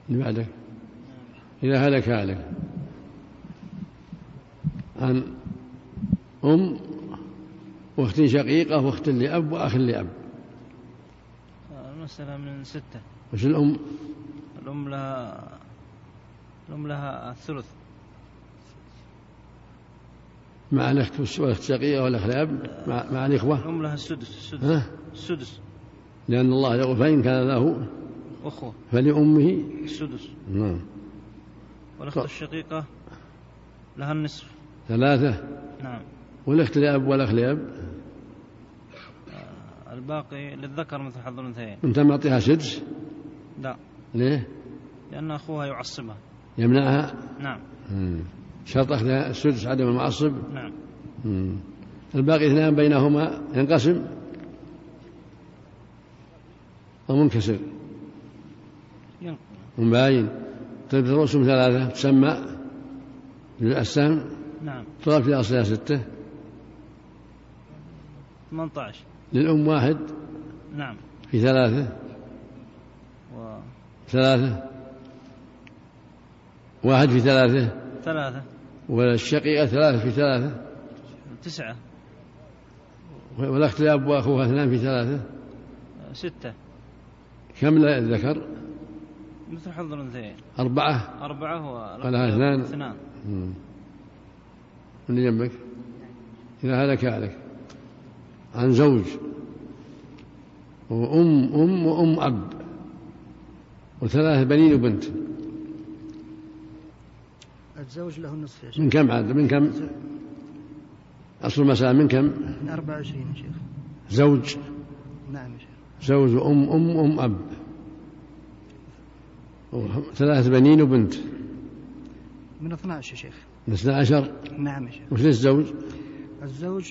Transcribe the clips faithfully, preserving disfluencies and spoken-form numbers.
اللي بعدك. إذا هلك هالك عن أم واخت شقيقة واخت لأب وأخ لأب. المسألة من ستة. وش الأم؟ الأم لها الأم لها الثلث مع الأخت والأخت شقيقة والأخ لأب مع, مع الإخوة. الأم لها السدس السدس, السدس. لأن الله يقول فإن كان له أخوة فلأمه السدس. نعم. والأخت الشقيقة لها النصف ثلاثة. نعم. والأخت لأب والأخ لأب الباقي للذكر مثل حظ الأنثيين. أنت معطيها سدس؟ لا. ليه؟ لأن أخوها يعصبها يمنعها. نعم. مم. شرط أخذها السدس عدم المعصب. نعم. مم. الباقي اثنان بينهما ينقسم أو منكسر مباين. طيب الرسم ثلاثة تسمى بالأسهم. نعم. طلب في أصلها ستة. ثمانية عشر. للأم واحد. نعم. في ثلاثة و... ثلاثة واحد في ثلاثة ثلاثة. والشقيقة ثلاثة في ثلاثة تسعة. والأخت لأب وأخوها اثنان في ثلاثة ستة. كم لا الذكر؟ مثل حظ الأنثيين. أربعة. أربعة ولها اثنان. اثنان. من جنبك. إذا هلك هلك عن زوج وأم أم وأم أب وثلاثة بنين وبنت. الزوج له النصف يا شيخ. من كم عاد من كم أصل المسألة من كم؟ من أربعة وعشرين يا شيخ. زوج. نعم يا شيخ. زوج وأم أم أم أب ثلاثة بنين وبنت. من اثنى عشر يا شيخ. من اثنى عشر. نعم يا شيخ. وش للزوج؟ الزوج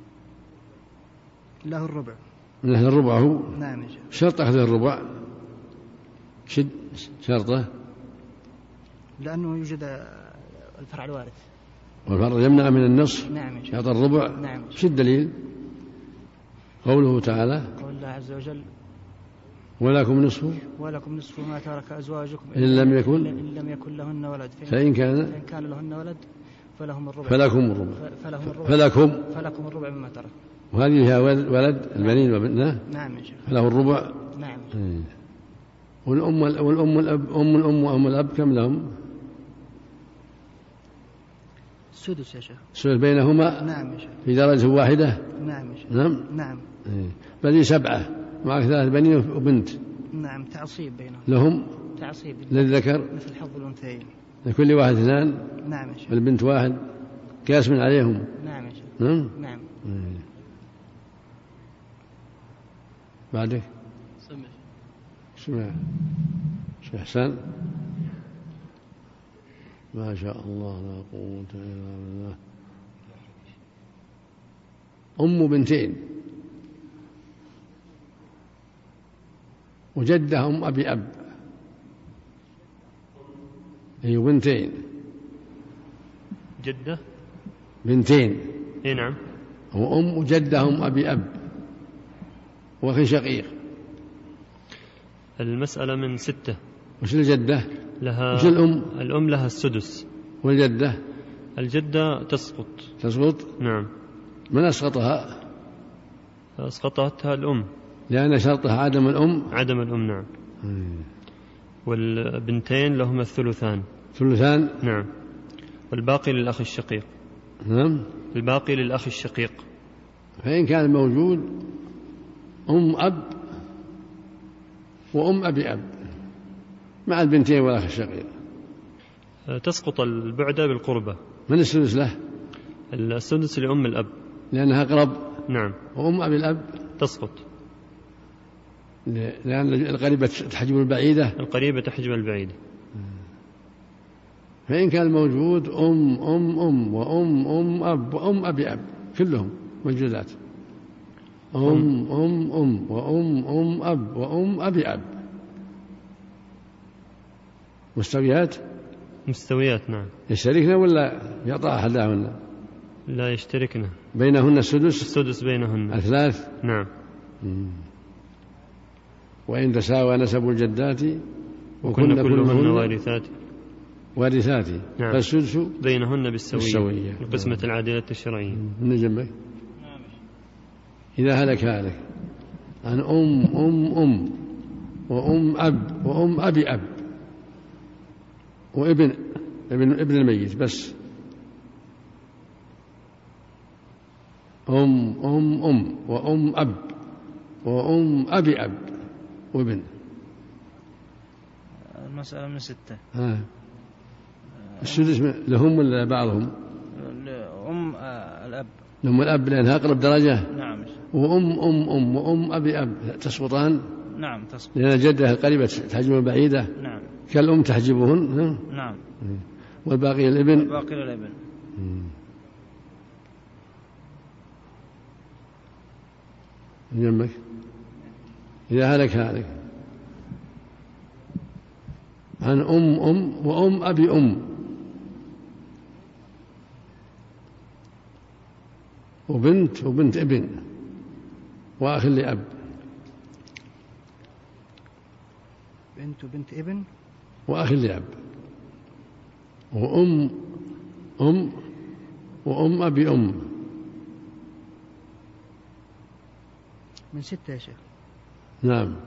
له الربع. من أهل الربع هو. نعم يا شيخ. شرط أخذ الربع شد شرطه لأنه يوجد الفرع الوارث والفرع يمنع من النصف. نعم يا شيخ. شرط الربع. نعم. شو الدليل؟ قوله تعالى قول الله عز وجل ولكم نصف ولكم نصف ما ترك أزواجكم إن لم يكن إن لم يكن لهن ولد فإن كان فإن كان لهن ولد فلهم الربع فلكم الربع فلهم الربع فلكم فلكم الربع مما ترك. وهذه هي ولد البنين وبنات. نعم يا شيخ. فله الربع. نعم. والأم والأم الأب أم الأم وأم الأب كم لهم؟ السدس يا شيخ. السدس بينهما. نعم يا شيخ. في درجة واحدة. نعم يا شيخ. نعم. نعم. بل سبعة معك ثلاث بنين وبنت. نعم. تعصيب بينهم. لهم تعصيب للذكر مثل حظ الأنثيين. لكل واحد اثنان. نعم يا شيخ. والبنت واحد قاسم عليهم. نعم يا شيخ. نعم. نعم. بعدك سمع سمع شيخ حسن. ما شاء الله لا قوة إلا بالله. أم بنتين وجدها أم أبي أب. هي بنتين. جدة بنتين. اي نعم. وأم وجدها أم أبي أب وأخي شقيق. المسألة من ستة. وش الجدة؟ لها وش الأم؟ الأم لها السدس. والجدة؟ الجدة تسقط. تسقط. نعم. من أسقطها؟ أسقطتها الأم لأن شرطها عدم الأم. عدم الأم. نعم. مم. والبنتين لهما الثلثان. ثلثان. نعم. والباقي للأخ الشقيق. نعم. الباقي للأخ الشقيق. فإن كان موجود أم أب وأم أبي أب مع البنتين والأخ الشقيق تسقط البعدة بالقربة. من السدس له؟ السدس لأم الأب لأنها أقرب. نعم. وأم أبي الأب تسقط لأن القريبة تحجب البعيدة. القريبة تحجب البعيدة. فإن كان موجود أم أم أم وأم أم أب وأم أبي أب كلهم موجودات. أم أم أم وأم أم أب وأم أبي أب مستويات. مستويات. نعم. يشتركن ولا يعطى أحدهن؟ لا يشتركن. بينهن السدس. السدس بينهن الثلاث. نعم. مم. وإن تساوى نسب الجدات وكن كلهن وارثات وارثات نعم. فالسدس بينهن بالسوية, بالسوية. القسمة العادلة الشرعية. من جنبك إذا هلك هلك عن أم أم أم وأم أب وأم أبي أب وابن ابن ابن الميت بس أم أم أم وأم أب وأم أبي أب وابن. المسألة من ستة. ها. السدس لهم ولا بعضهم؟ أم الأب. لهم الأب لأنها أقرب درجة. نعم. وأم أم أم وأم أبي أب تسقطان. نعم تسقط. لأن الجدة القريبة تحجب البعيدة. نعم. كالأم تحجبهن. نعم. والباقي الابن. والباقي الابن. جنبك إذا هلك هلك عن أم أم وأم أبي أم وبنت وبنت ابن وأخ لأب. بنت وبنت ابن وأخ لأب وأم أم وأم أبي أم. من ستة يا شيخ. نعم.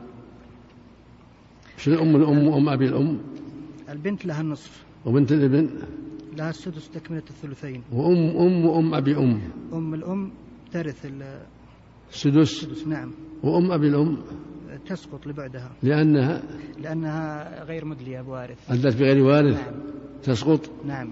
شو الأم الأم وأم أبي الأم؟ البنت لها النصف وبنت الابن لها السدس تكملة الثلثين. وأم أم وأم أبي أم. أم الأم ترث السدس. السدس. نعم. وأم أبي الأم تسقط لبعدها لأنها لأنها غير مدلية بوارث. أدت بغير وارث. نعم. تسقط. نعم.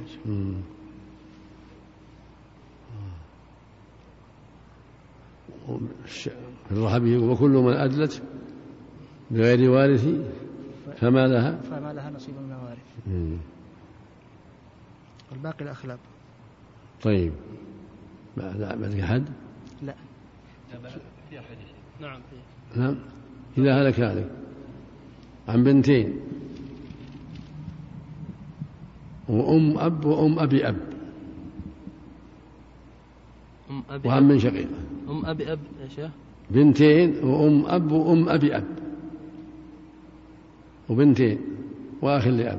الرحبي وكل من أدلت بغير وارث فما لها فما لها نصيب من الوارث. والباقي الأخلاق. طيب لا بلغ أحد. لا في أحد. نعم في. نعم. إذا هلك هلك عن بنتين وأم أب وأم أبي أب أم أبي وعم من شقيق. أم أبي أب يا شيخ. بنتين وأم أب وأم أبي أب وبنتين وأخ لأب.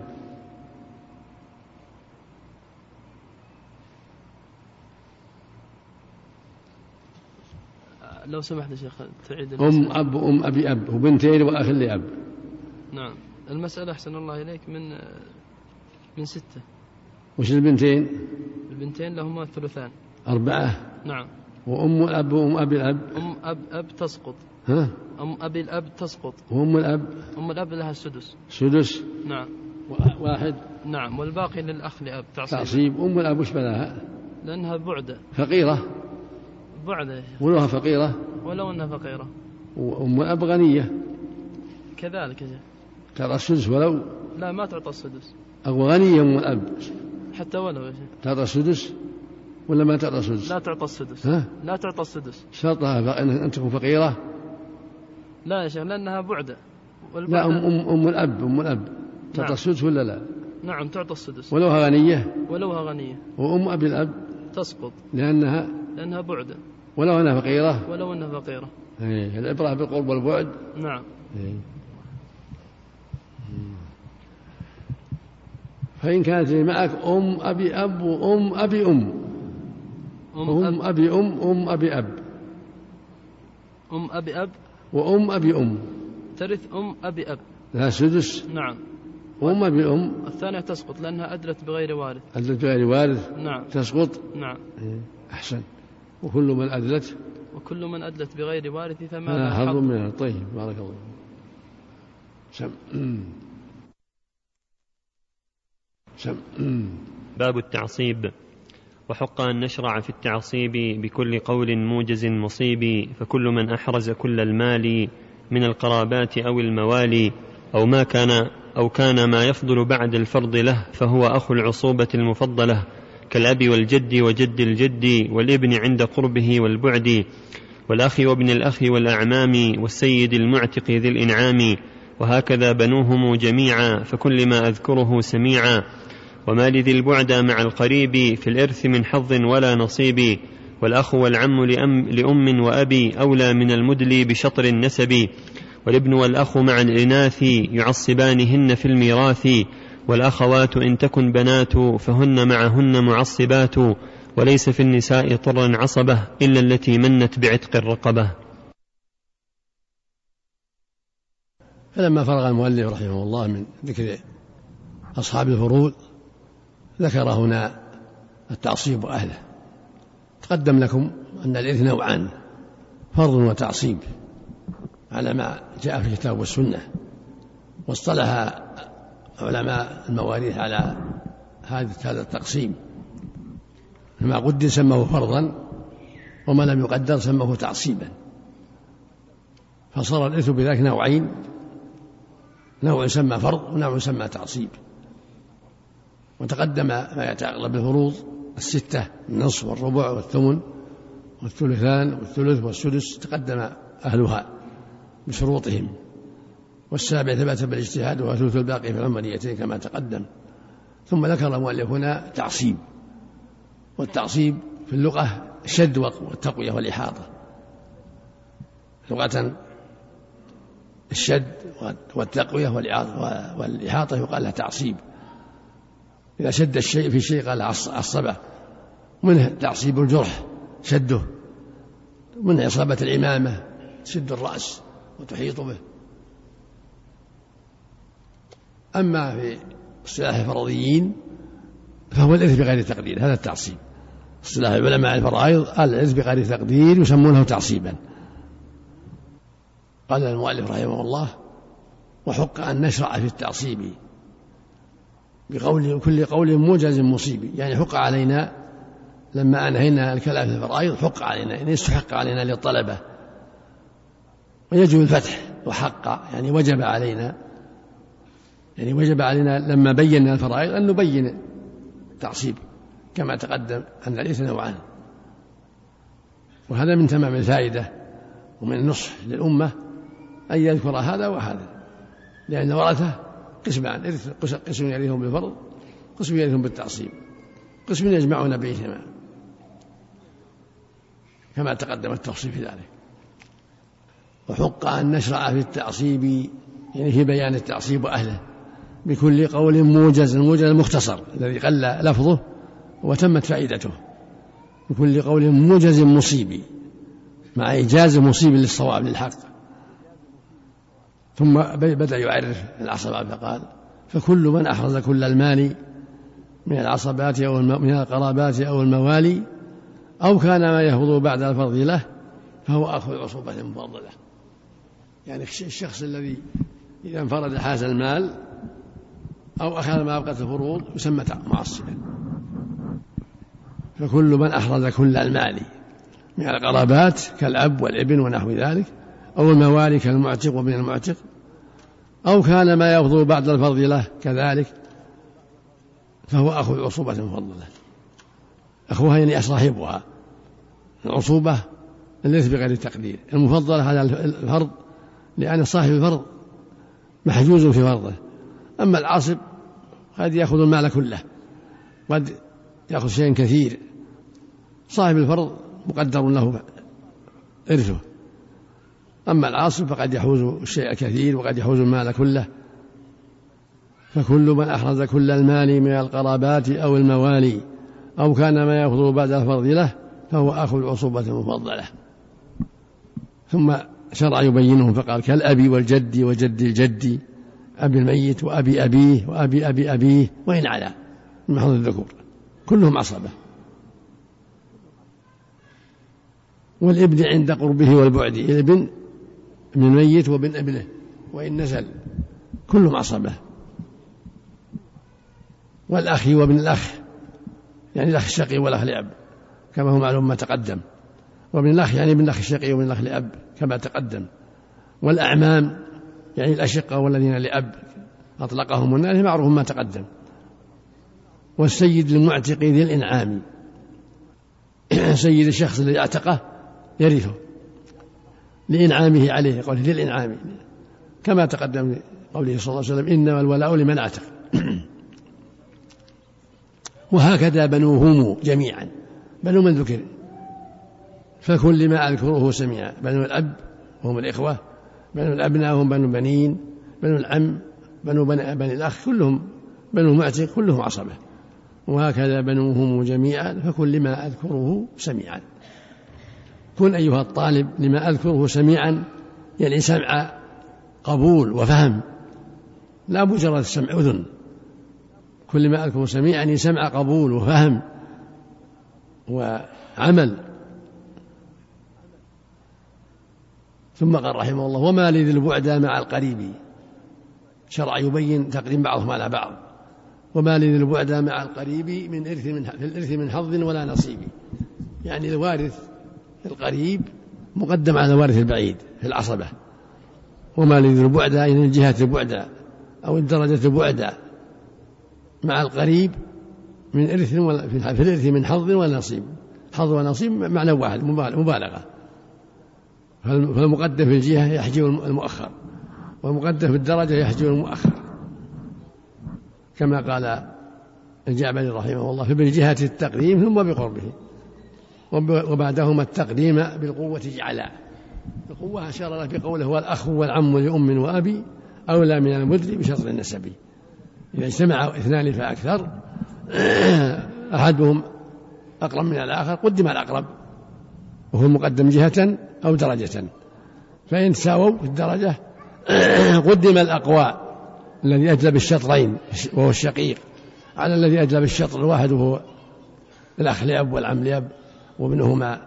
لو سمحت يا شيخ تعيد أم أب وأم أبي أب وبنتين وأخ لأب. نعم. المسألة أحسن الله إليك من من ستة. وش البنتين؟ البنتين لهما الثلثان. أربعة. نعم. وأم الأب وأم أبي الأب. أم أب أب تسقط. ها؟ أم أبي الأب تسقط. وأم الأب. أم الأب لها السدس. سدس. نعم. واحد. نعم. والباقي للأخ لأب تعصيب. تعصيب. أم الأب وش بلاها؟ لأنها بعدة. فقيرة. بعدة يا شيخ. ولوها فقيرة. ولو أنها فقيرة. وأم الأب غنية. كذلك يا شيخ. تعطى السدس ولو. لا ما تعطى السدس. أو غنية أم الأب. حتى ولو يا شيخ. تعطى السدس ولا ما تعطى السدس؟ لا تعطى السدس. ها؟ لا تعطى السدس. شرطها أن تكون فقيرة. لا يا شيخ لأنها بعدة. لا أم, أم, أم الأب أم الأب تعطى نعم. السدس ولا لا؟ نعم تعطى السدس. ولوها غنية. ولوها غنية. وأم أبي الأب تسقط. لأنها لأنها بعدة. ولو أنها فقيرة. ولو أنها فقيرة. إيه. العبرة بالقرب والبعد. نعم. إيه. فإن كانت معك أم أبي أب وأم أبي أم. أم, أم أب. أبي أم أم أبي أب. أم أبي أب. وأم أبي أم. ترث أم أبي أب. لها سدس. نعم. وأم أبي أم. الثانية تسقط لأنها أدلت بغير وارث. أدلت بغير وارث. نعم. تسقط. نعم. أحسن. وكل من أدلت. وكل من أدلت بغير وارث فما لها لها حظ منها. طيب بارك الله. سم. سم. باب التعصيب. وحق أن نشرع في التعصيب بكل قول موجز مصيب، فكل من أحرز كل المال من القرابات أو الموالي أو ما كان أو كان ما يفضل بعد الفرض له فهو أخو العصوبة المفضلة كالأب والجد وجد الجد والابن عند قربه والبعد والأخ وابن الأخ والأعمام والسيد المعتق ذي الإنعام، وهكذا بنوهم جميعا فكل ما أذكره سميعا، وما لذي البعد مع القريب في الإرث من حظ ولا نصيب، والأخ والعم لأم, لأم وأبي أولى من المدلي بشطر النسب، والابن والأخ مع الإناث يعصبانهن في الميراث، والأخوات إن تكن بنات فهن معهن معصبات، وليس في النساء طرا عصبة إلا التي منت بعتق الرقبة. فلما فرغ المؤلف رحمه الله من ذكر أصحاب الفروض ذكر هنا التعصيب وأهله. تقدم لكم أن الإرث نوعان: فرض وتعصيب على ما جاء في الكتاب والسنة، واصطلح علماء المواريث على هذا التقسيم، فما قدر سموه فرضا وما لم يقدر سموه تعصيبا، فصار الإرث بذلك نوعين: نوع يسمى فرض ونوع يسمى تعصيب. وتقدم ما يتعلق بالفروض الستة: النصف والربع والثمن والثلثان والثلث والسدس، تقدم أهلها بشروطهم، والسابع ثبت بالاجتهاد وهو ثلث الباقي في العمليتين كما تقدم. ثم ذكر المؤلف هنا تعصيب، والتعصيب في اللغة الشد والتقوية والإحاطة. لغة الشد والتقوية والإحاطة يقال لها تعصيب. إذا شد الشيء في شيء قال عصبه، منه تعصيب الجرح شده، من إصابة العمامة تشد الرأس وتحيط به. أما في اصطلاح الفرضيين فهو الإرث بغير تقدير، هذا التعصيب. اصطلاح العلماء الفرائض الإرث بغير تقدير يسمونه تعصيبا. قال المؤلف رحمه الله: وحق أن نشرع في التعصيب بقول كل قول موجز مصيب. يعني حق علينا لما أنهينا الكلام في الفرائض، حق علينا يعني يستحق علينا للطلبة، ويجب الفتح وحق يعني وجب علينا، يعني وجب علينا لما بينا الفرائض أن نبين التعصيب كما تقدم أن الإرث نوعان. وهذا من تمام الفائدة ومن النصح للأمة أن يذكر هذا وهذا، لأن ورثة قسمان: إرث قسم يرثهم بالفرض، قسم يرثهم بالتعصيب، قسم يجمعون بينهما كما تقدم التفصيل في ذلك. وحق أن نشرع في التعصيب يعني في بيان التعصيب وأهله بكل قول موجز، الموجز المختصر الذي قل لفظه وتمت فائدته، بكل قول موجز مصيب مع إيجاز مصيب للصواب للحق. ثم بدأ يعرف العصبات فقال: فكل من أحرز كل المال من العصبات أو من القرابات أو الموالي أو كان ما يفضل بعد الفرض له فهو أخذ عصوبة مفضلة. يعني الشخص الذي إذا انفرد حاز المال أو أخذ ما أبقت الفروض يسمى معصبا. فكل من أحرز كل المال من القرابات كالأب والابن ونحو ذلك، أو الموالي كالمعتق وابن المعتق، أو كان ما يفضل بعد الفرض له كذلك، فهو أخذ عصوبة مفضلة. أخوها يعني صاحبها. العصوبة التي بغير التقدير المفضلة على الفرض، لأن صاحب الفرض محجوز في فرضه. أما العاصب قد يأخذ المال كله، قد يأخذ شيئا كثير. صاحب الفرض مقدر له إرثه، أما العاصب فقد يحوز الشيء الكثير وقد يحوز المال كله. فكل من أحرز كل المال من القرابات أو الموالي أو كان ما يفضل بعد الفرض له فهو أخذ العصوبة مفضلة. ثم شرع يبينهم فقال: كالأبي والجد وجد الجد، أبي الميت وأبي أبيه وأبي أبي أبيه وإن علا من محض الذكور، كلهم عصبة. والابن عند قربه والبعد، الابن ابن الميت وابن ابنه وإن نزل كلهم عصبة. والأخ وابن الأخ يعني الأخ الشقي والأخ لأب كما هو معلوم ما تقدم، وابن الأخ يعني ابن الأخ الشقي وابن الأخ لأب كما تقدم. والأعمام يعني الأشقة والذين لأب أطلقهم الناس معروف ما تقدم. والسيد المعتق ذي الإنعام، سيد الشخص الذي اعتقه يرثه لإنعامه عليه، قوله ذي الإنعام كما تقدم قوله صلى الله عليه وسلم: إنما الولاء لمن اعتق. وهكذا بنوهم جميعا، بنو من ذكر، فكل ما أذكره سميعا: بنو الأب وهم الإخوة، بنو الأبناء هم بنو بنين، بنو العم، بنو بني, بني الأخ كلهم، بنو المعتق كلهم عصبة، وهكذا بنوهم جميعا، فكن لما أذكره سميعا. كن أيها الطالب لما أذكره سميعا، يعني سمع قبول وفهم، لا مجرد سمع أذن. كل ما أذكره سميعا يعني سمع قبول وفهم وعمل. ثم قال رحمه الله: وما لذي البعد مع القريب. شرع يبين تقديم بعضهم على بعض. وما لذي البعد مع القريب من إرث من في الإرث من حظ ولا نصيب، يعني الوارث القريب مقدم على الوارث البعيد في العصبة. وما لذي البعد يعني الجهة البعد أو الدرجة البعد مع القريب من إرث ولا في الإرث من حظ ولا نصيب. حظ ونصيب معنى واحد، مبالغة. فالمقدم في الجهة يحجب المؤخر، والمقدم في الدرجة يحجب المؤخر، كما قال الجعبري رحمه الله: فبالجهة التقديم ثم بقربه، وبعدهما التقديم بالقوة جعلا. القوة أشار له بقوله: والأخ والعم لأم وأبي أولى من المدري بشطر النسب. إذا اجتمع اثنان فأكثر أحدهم أقرب من الآخر قدم الأقرب، وهو المقدم جهة أو درجة. فإن تساووا في الدرجة قدم الأقوى الذي أجلب الشطرين وهو الشقيق على الذي أجلب الشطر الواحد وهو الأخ لأب والعم لأب وابنهما.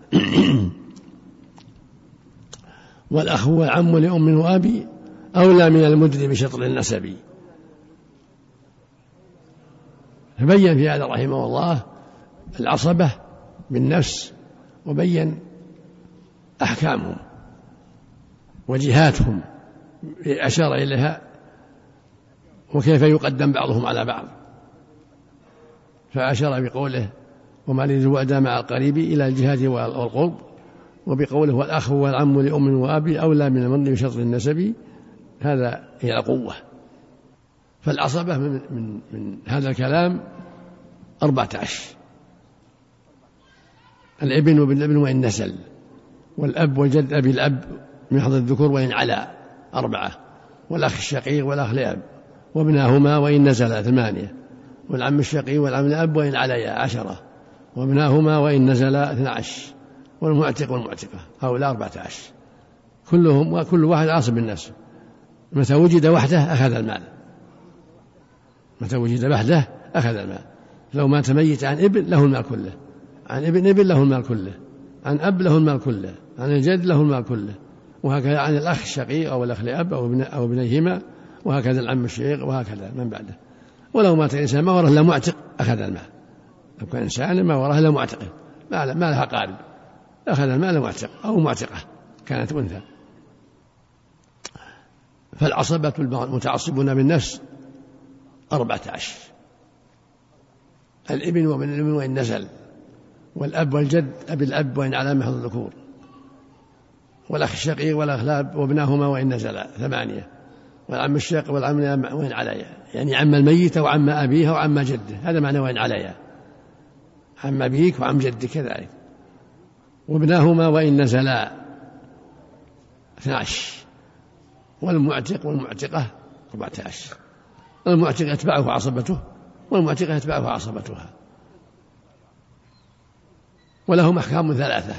والأخ والعم لأم وأبي أولى من المدري بشطر النسب. فبين في هذا رحمه الله العصبة بالنفس، وبين أحكامهم وجهاتهم أشار إليها، وكيف يقدم بعضهم على بعض. فأشار بقوله: وما لذي البعد مع القريب إلى الجهاد والقرب، وبقوله: والأخ والعم لأم وأبي أولى من المدري بشطر النسب. هذا هي القوة. فالعصبة من, من, من هذا الكلام أربعة عشر: الابن وابن الابن وإن نسل، والأب والجد أبي الأب من حظ الذكور وإن علا أربعة، والأخ الشقيق والأخ لأب وابناهما وإن نزلا ثمانية، والعم الشقيق والعم لأب وإن عليا عشرة، وابناهما وإن نزلا اثنا عشر، والمعتق والمعتقة. هؤلاء أربعة عشر كلهم، وكل واحد عاصب بالنفس. متى وجد وحده أخذ المال، متى وجد وحده أخذ المال. لو مات ميت عن ابن له المال كله، عن ابن ابن له المال كله، عن أب له المال كله، عن الجد له المال كله، وهكذا عن الأخ الشقيق أو الأخ لأب أو ابن أو ابنيهما، وهكذا العم الشقيق، وهكذا من بعده. ولو مات إنسان ما ورث إلا معتق أخذ المال. لو كان إنسان ما ورث إلا معتق ما لها قارب أخذ المال معتق أو معتقة كانت أنثى. فالعصبة المتعصبون بالنفس أربعة عشر: الابن وابن الابن وإن نزل، والأب والجد أبي الأب وإن على محض الذكور، والأخ الشقيق والأخ لأب وابناهما وإن نزلا ثمانية، والعم الشقيق والعم وإن عليا، يعني عم الميت وعم أبيه وعم جده. هذا معنى وإن عليا، عم أبيك وعم جدك كذلك. وابناهما وإن نزلا اثنا عشر، والمعتق والمعتقة أربعة عشر. المعتق يتبعه عصبته، والمعتقة يتبعه عصبتها. ولهم أحكام ثلاثة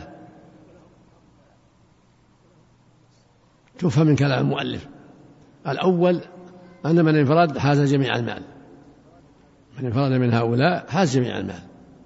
تفهم من كلام المؤلف. الأول أن من انفرد حاز جميع المال، من انفرد من هؤلاء حاز جميع المال.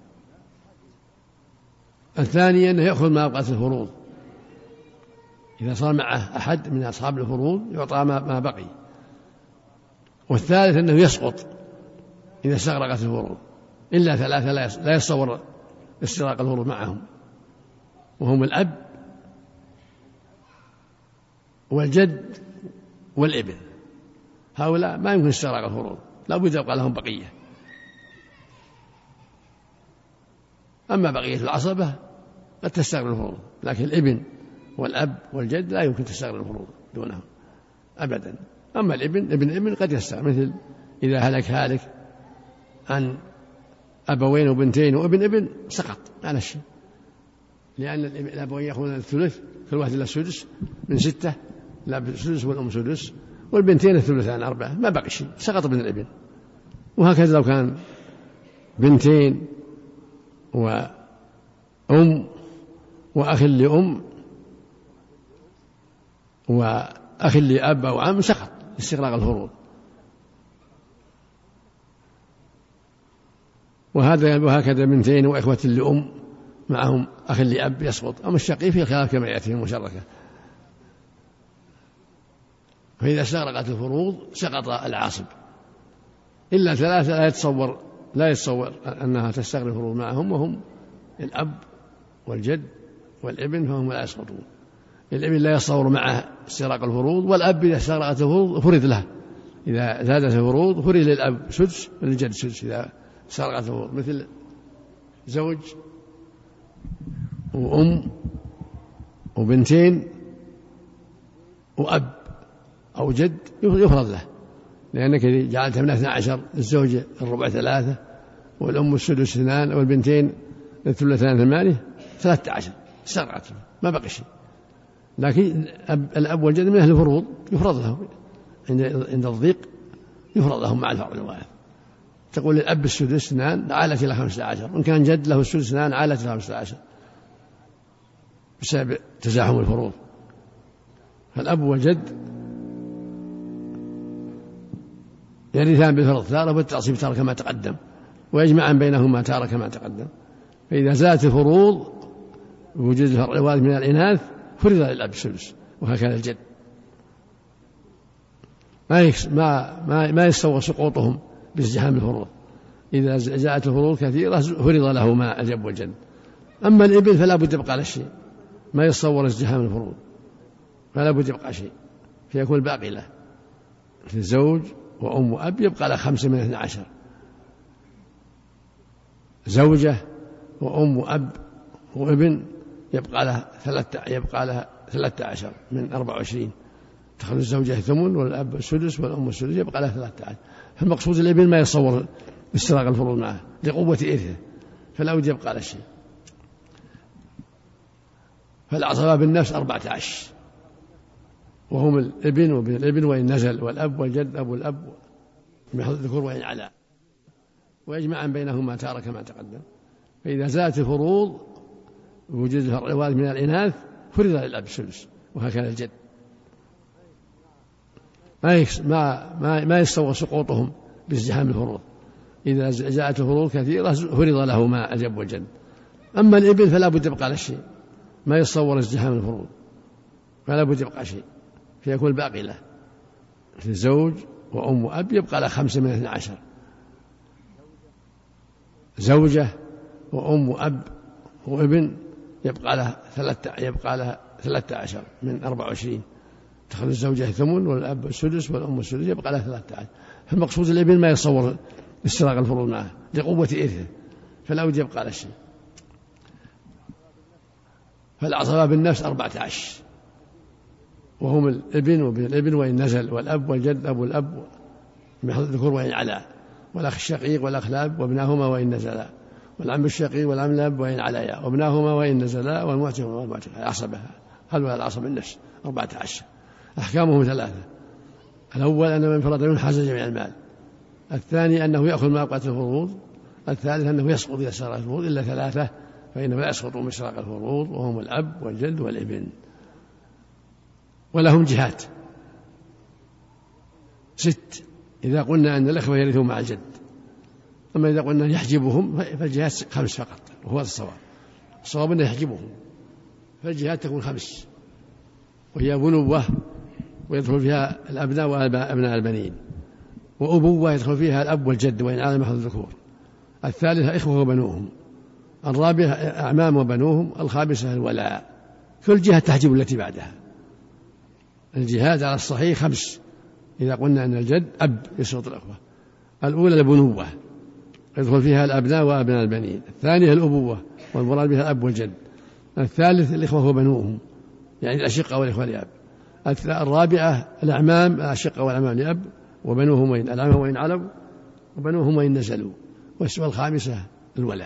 الثاني أنه يأخذ ما أبقت الفروض، إذا صار معه أحد من أصحاب الفروض يعطى ما بقي. والثالث أنه يسقط إذا استغرقت الفروض، إلا ثلاثة لا يتصور استغراق الفروض معهم، وهم الأب والجد والابن. هؤلاء ما يمكن استغراق الفروض، لا بد يبقى لهم بقية. أما بقية العصبة قد تستغرق الفروض، لكن الابن والأب والجد لا يمكن تستغرق الفروض دونهم أبدا. أما الابن ابن ابن قد يستغرق، مثل إذا هلك هالك عن أبوين وبنتين وابن ابن سقط على الشيء، لأن الأبوين يأخذون الثلث، كل واحد إلى السدس من ستة، الأب سدس والأم سدس، والبنتين الثلثان أربعة، ما بقي شيء، سقط من الابن. وهكذا لو كان بنتين وأم وأخ لأم وأخ لأب أو عم سقط استغراق الفروض. وهذا وهكذا بنتين وإخوة لأم معهم أخ لأب يسقط. أما الشقي في الخلاف كما يأتي في المشاركة. فإذا استغرقت الفروض سقط العاصب، إلا ثلاثة لا يتصور لا يتصور أنها تستغرق الفروض معهم، وهم الأب والجد والابن، فهم لا يسقطون. الابن لا يتصور معه استغراق الفروض، والأب إذا استغرقت الفروض فرض له، إذا زادت الفروض فرض للأب سدس وللجد سدس إذا استغرقت الفروض، مثل زوج وأم وبنتين وأب أو جد يفرض له، لأنك جعلتها من اثنى عشر، الزوج الربع ثلاثة والأم السدس اثنان والبنتين الثلثان ثمانية، ثلاثة عشر استغرقت ما بقي شيء. لكن الأب والجد من أهل الفروض يفرض لهم عند الضيق، يفرض لهم مع الفرض الوارث. تقول الأب السدس اثنان عالت إلى خمسة عشر، وإن كان جد له السدس اثنان عالت إلى خمسة عشر بسبب تزاحم الفروض. فالأب والجد يرثان بالفرض تارة، والتعصيب تارة كما تقدم، ويجمعان بينهما تارة كما تقدم. فإذا زادت الفروض بوجود الفرع الوارث من الإناث فرض للأب السدس، وهكذا الجد. ما ما ما يستوى سقوطهم بازدحام الفروض. إذا جاءت الفروض كثيرة فرض لهما الجد والجد. أما الابن فلا بد يبقى له شيء، ما يتصور ازدحام الفروض، فلا بد يبقى شيء فيكون الباقي له. في الزوج وأم وأب يبقى له خمسة من اثنى عشر، زوجة وأم وأب وابن يبقى له ثلاثة يبقى له ثلاثة عشر من أربعة وعشرين، تأخذ الزوجة الثمن والأب السدس والأم السدس، يبقى له ثلاثة عشر. فالمقصود الابن ما يتصور استغراق الفروض معه لقوة إرثه، فلا بد يبقى له شيء. فالعصبة بالنفس أربعة عشر، وهم الابن وابن الابن وإن نزل، والأب والجد أبو الأب من حظ الذكور وإن علا، ويجمعا بينهما تارة كما تقدم. فإذا زادت الفروض بوجود الفرع الوارث من الإناث فرض للأب السدس، وهكذا الجد. ما ما ما يستوى سقوطهم بازدحام الفروض. إذا جاءت الفروض كثيرة فرض لهما الجد والجد. أما الابن فلا بد يبقى له شيء، ما يتصور ازدحام الفروض، فلا بد يبقى شيء فيكون الباقي له. في الزوج وأم وأب يبقى له خمسة من اثنى عشر، زوجة وأم وأب وابن يبقى له ثلاثة يبقى له ثلاثة عشر من أربعة وعشرين، تأخذ الزوجة الثمن والأب السدس والأم السدس، يبقى له ثلاثة عشر. فالمقصود الابن ما يتصور استغراق الفروض معه لقوة إرثه، فلا بد يبقى له شيء. فالعصبة بالنفس أربعة عشر، وهم الابن وابن الابن وإن نزل، والأب والجد أبو الأب من حظ الذكور وإن علا، والأخ الشقيق والأخ الأب وابناهما وإن نزلا، والعم الشقيق والعم الأب وإن عليا، وابناهما وإن نزلا، والمعتق والمعتق. العصبة هذا العصبة النفس أربعة عشر. أحكامهم ثلاثة: الأول أن من فرط منه حاز جميع المال، الثاني أنه يأخذ ما أوقات الفروض، الثالث أنه يسقط إذا استغرق الفروض، إلا ثلاثة فإنه لا يسقط من استغراق الفروض، وهم الأب والجد والابن. ولهم جهات ست، إذا قلنا أن الأخوة يرثون مع الجد. أما إذا قلنا يحجبهم فالجهات خمس فقط، وهو الصواب. الصواب أنه يحجبهم، فالجهات تكون خمس، وهي بنوة ويدخل فيها الأبناء وأبناء البنين، وأبوة يدخل فيها الأب والجد وإن عالم محض الذكور، الثالثة إخوة وبنوهم، الرابعة أعمام وبنوهم، الخامسة الولاء. كل جهة تحجب التي بعدها. الجهات على الصحيح خمس، إذا قلنا أن الجد أب يسقط الأخوة. الأولى البنوة يدخل فيها الأبناء وأبناء البنين، الثانية الأبوة والمراد بها الأب والجد، الثالث الإخوة وبنوهم يعني الأشقة والإخوة لأب، الرابعة الأعمام الأشقة والأعمام لأب وبنوهم وإن الأعمام وإن علوا وبنوهم وإن نزلوا، والخامسة الولاء.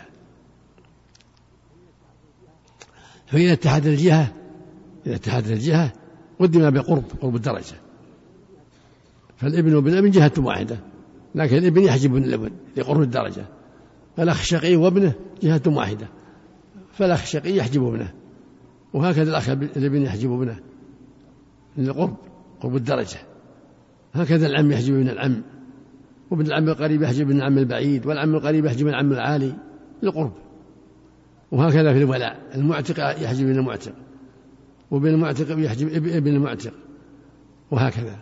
فإذا اتحد الجهة إذا اتحدت الجهة قدم بقرب قرب الدرجة، فالابن بالابن جهة واحدة، لكن الابن يحجب ابن الابن لقرب الدرجة، فالأخ الشقيق وابنه جهة واحدة، فالأخ الشقيق يحجب ابنه، وهكذا الأخ الابن يحجب ابنه لقرب قرب الدرجة، هكذا العم يحجب ابن العم، وابن العم القريب يحجب ابن العم البعيد، والعم القريب يحجب العم العالي لقرب. وهكذا في الولاء، المعتق يحجب ابن المعتق، وابن المعتق يحجب ابن المعتق، وهكذا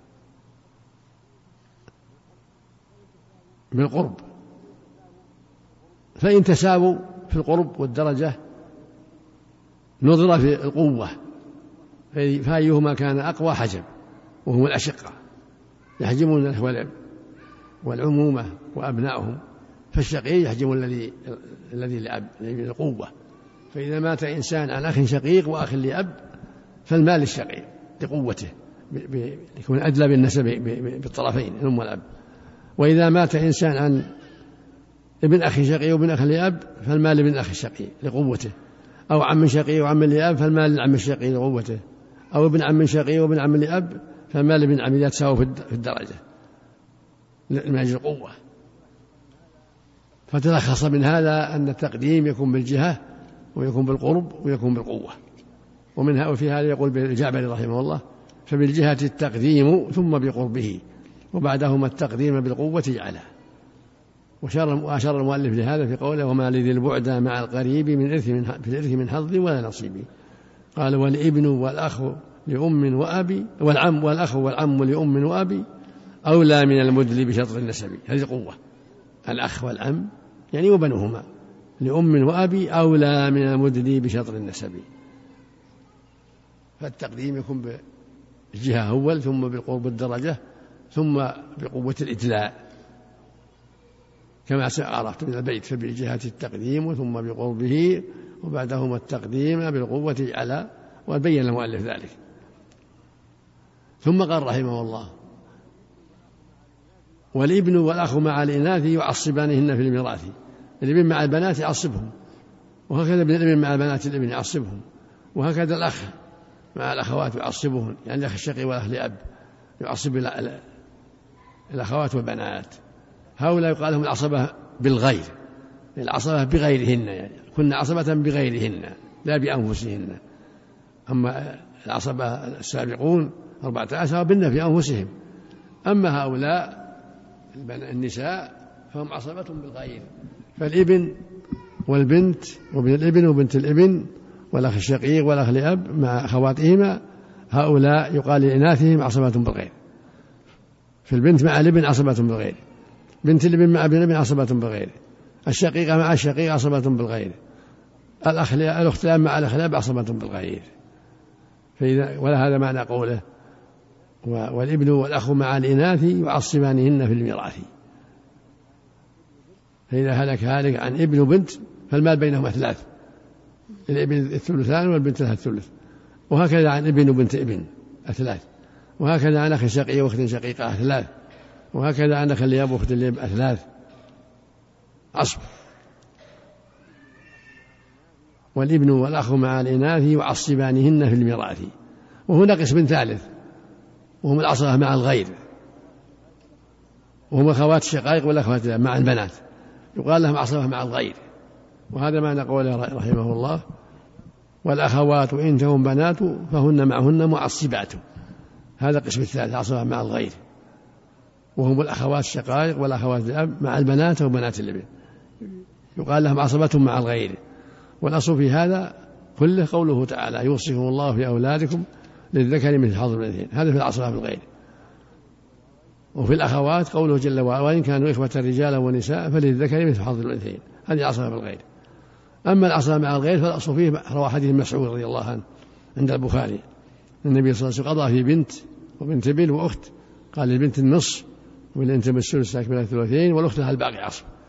بالقرب. فإن تساووا في القرب والدرجة نظر في القوة، فأيهما كان أقوى حجب، وهم الأشقة يحجبون الأخوة والعمومة وأبنائهم، فالشقيق يحجب الذي الذي لأب للقوة. فإذا مات إنسان عن أخ شقيق وأخ لأب فالمال للشقيق لقوته، يكون أدلى بالنسب بالطرفين الأم والأب. وإذا مات إنسان عن ابن أخ شقيق وابن أخ لأب فالمال لابن أخ الشقيق لقوته، أو عم شقيق وعم لأب فالمال للعم الشقيق لقوته، أو ابن عم شقيق وابن عم لأب فالمال لابن عم إذا تساووا في الدرجة من أجل القوة. فتلخص من هذا أن التقديم يكون بالجهة ويكون بالقرب ويكون بالقوة. ومنها وفي هذا يقول الجعبري رحمه الله: فبالجهة التقديم ثم بقربه، وبعدهما التقديم بالقوة جعله. وأشار المؤلف لهذا في قوله: وما لذي البعد مع القريب من إرث من في الإرث من حظ ولا نصيب. قال: والابن والأخ لأم وأبي، والعم والأخ والعم لأم وأبي أولى من المدل بشطر النسب. هذه قوة، الأخ والعم يعني وبنوهما لأم وأبي أولى من المدل بشطر النسب. فالتقديم يكون بالجهة أول، ثم بالقرب الدرجة، ثم بقوة الإدلاء كما عرفت من البيت: فبالجهة التقديم ثم بقربه وبعدهما التقديم بالقوة على. وبين المؤلف ذلك. ثم قال رحمه الله: والابن والأخ مع الإناث يعصبانهن في الميراث. الابن مع البنات يعصبهم، وهكذا ابن الابن مع البنات الابن يعصبهم، وهكذا الأخ مع الأخوات يعصبهن، يعني الأخ الشقيق والأخ لأب يعصب الأخوات والبنات. هؤلاء يقال لهم العصبة بالغير، العصبة بغيرهن، يعني كن عصبة بغيرهن لا بأنفسهن. أما العصبة السابقون أربعة عشر بنا في أنفسهم، أما هؤلاء النساء فهم عصبة بالغير. فالابن والبنت وابن الابن وبنت الابن والأخ الشقيق والأخ لأب مع أخواتهما، هؤلاء يقال لإناثهم عصبة بالغير. في البنت مع الابن عصبة بالغير، بنت الابن مع ابن الابن عصبة بالغير، الشقيقة مع الشقيق عصبة بالغير، الأخ الأخت مع الأخ لأب عصبة بالغير. فإذا ولا هذا معنى قوله: والابن والأخ مع الإناث يعصبانهن في الميراث. فإذا هلك هالك عن ابن وبنت فالمال بينهما ثلاث، الابن الثلثان والبنت لها الثلث، وهكذا عن ابن وبنت ابن الثلاث، وهكذا عن أخ شقيق وأخت شقيقة ثلاث، وهكذا عن أخ لأب وأخت لأب ثلاث عصب. والابن والأخ مع الإناث يعصبانهن في الميراث. وهنا قسم ثالث وهم العصبة مع الغير، وهم أخوات الشقائق والأخوات مع البنات، يقال لهم عصبة مع الغير. وهذا معنى قوله رحمه الله: والأخوات إن تهم بنات فهن معهن معصبات. هذا قسم الثالث، عصبة مع الغير، وهم الأخوات الشقائق والأخوات الأب مع البنات وبنات الابن، يقال لهم عصبة مع الغير. والأصل في هذا كله قوله تعالى: يوصيكم الله في أولادكم للذكر مثل حظ الأنثيين. هذا في العصبة بالغير. وفي الأخوات قوله جل وعلا: وإن كانوا إخوة رجالا ونساء فللذكر مثل حظ الأنثيين. هذه العصبة بالغير. أما العصبة مع الغير فالأصل فيه روى حديث مسعود رضي الله عنه عند البخاري: النبي صلى الله عليه وسلم قضى في بنت وبنت ابن وأخت، قال للبنت النصف والبنت بالثلث تكمل الثلثين والأخت لها الباقي عصب.